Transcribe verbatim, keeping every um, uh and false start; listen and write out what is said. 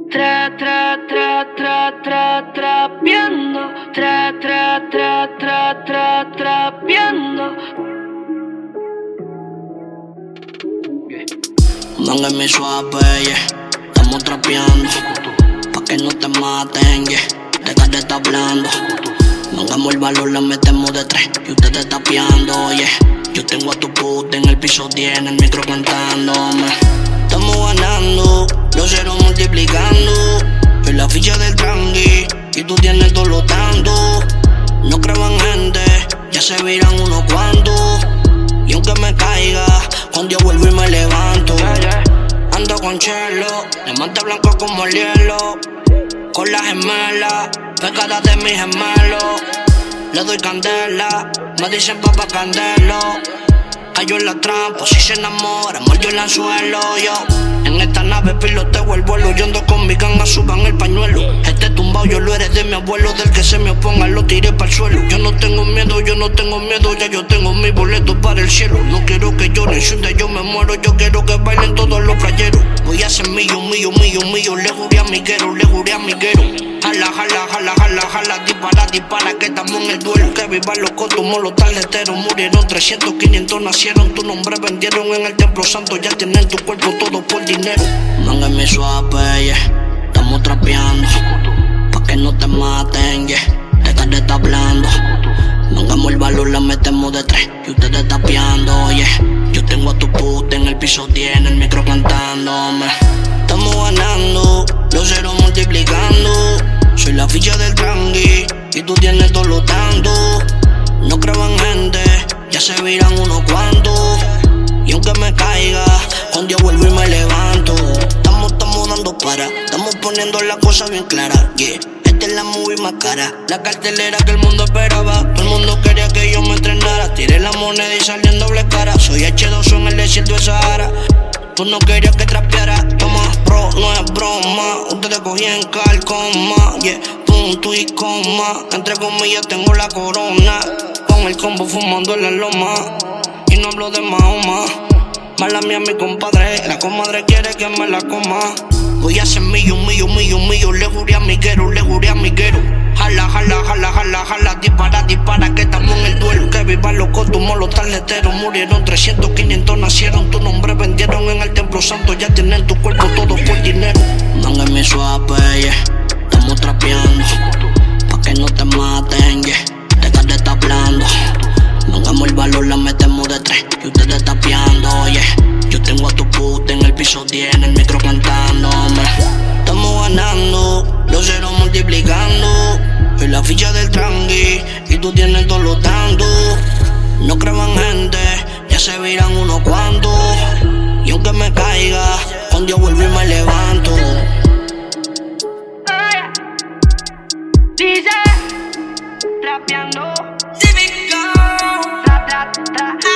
Tra, tra, tra, tra, tra, trapeando. Tra, tra, tra, tra, tra, trapeando. Mángame suave, yeah. Estamos trapeando. Pa' que no te maten, yeah. Deja de estar hablando. Mangamos el valor, la metemos de tres. Y usted te está piando, yeah. Yo tengo a tu puta en el piso diez, en el micro cantándome. Estamos ganando, los ceros multiplicando. Soy la ficha del tranqui y tú tienes todo lo tanto. No creo en gente, ya se viran unos cuantos. Y aunque me caiga, con Dios vuelvo y me levanto. Ando con chelo, diamante blanco como el hielo. Con la gemela, pegada de mis gemelos. Le doy candela, me dicen papá candelo. Cayó en la trampa, si se enamora, mordió el anzuelo. Yo, en esta nave piloteo el vuelo. Yo ando con mi ganga, suban el pañuelo. Este tumbao yo lo heredé de mi abuelo. Del que se me oponga lo tiré para el suelo. Yo no tengo miedo, yo no tengo miedo. Ya yo tengo mi boleto para el cielo. No quiero que lloren, si un día yo me muero. Yo quiero que bailen todos los playeros. Voy a ser mío, mío, mío, mío. Le juré a miguero, le juré a miguero. Jala, jala, jala, jala, jala. Dispara, dispara, que estamos en el duelo. Que vivan los cotumos, los tarjeteros. Murieron trescientos, quinientos, nacieron. Tu nombre vendieron en el templo santo. Ya tienen tu cuerpo todo por dinero. Mángame suave, yeah. Estamos trapeando. Pa' que no te maten, yeah. Deja de estar hablando. Mangamos el valor, la metemos de tres. Y usted te está piando, yeah. Yo tengo a tu puta en el piso diez, en el micro cantándome. Estamos ganando, los ceros multiplicando. Soy la ficha del tranqui y tú tienes todo lo tanto. No creo en gente, ya se viran unos cuantos. Y aunque me caiga, con Dios vuelvo y me levanto. Estamos, estamos dando para, estamos poniendo la cosa bien clara, yeah. Esta es la movie más cara, la cartelera que el mundo esperaba. Todo el mundo quería que yo me entrenara. Tiré la moneda y salí en doble cara. Soy hache dos o en el desierto de Sahara. Tú no querías que trapeara, toma, bro, no es broma. Ustedes cogían calcoma, yeah, punto y coma. Entre comillas tengo la corona. Con el combo fumando en la loma. Y no hablo de Mahoma. Mala mía mi compadre, la comadre quiere que me la coma. Voy a ser mío, mío, mío, mío. Le juré a miguero, le juré a miguero. Jala, jala, jala, jala, jala. Dispara, dispara, que estamos en el duelo. Que vivan los cotumos, los tarjeteros. Murieron trescientos, quinientos, nacieron. Tu nombre vendieron en el templo santo. Ya tienen tu cuerpo todo por dinero. Mángame suave, yeah. Estamos trapeando. Pa' que no te maten, yeah. Deja de estar hablando. Mangamos el valor, la metemos de tres. Y usted te está piando, yeah. Yo tengo a tu puta en el piso diez, en el micro cantándome. Estamos ganando, los ceros multiplicando. Soy la ficha del tranqui y tú tienes todo lo tanto. No creo en gente, ya se viran unos cuantos. Y aunque me caiga, con Dios vuelvo y me levanto. Dice, trapeando. Típico. Tra, tra, tra.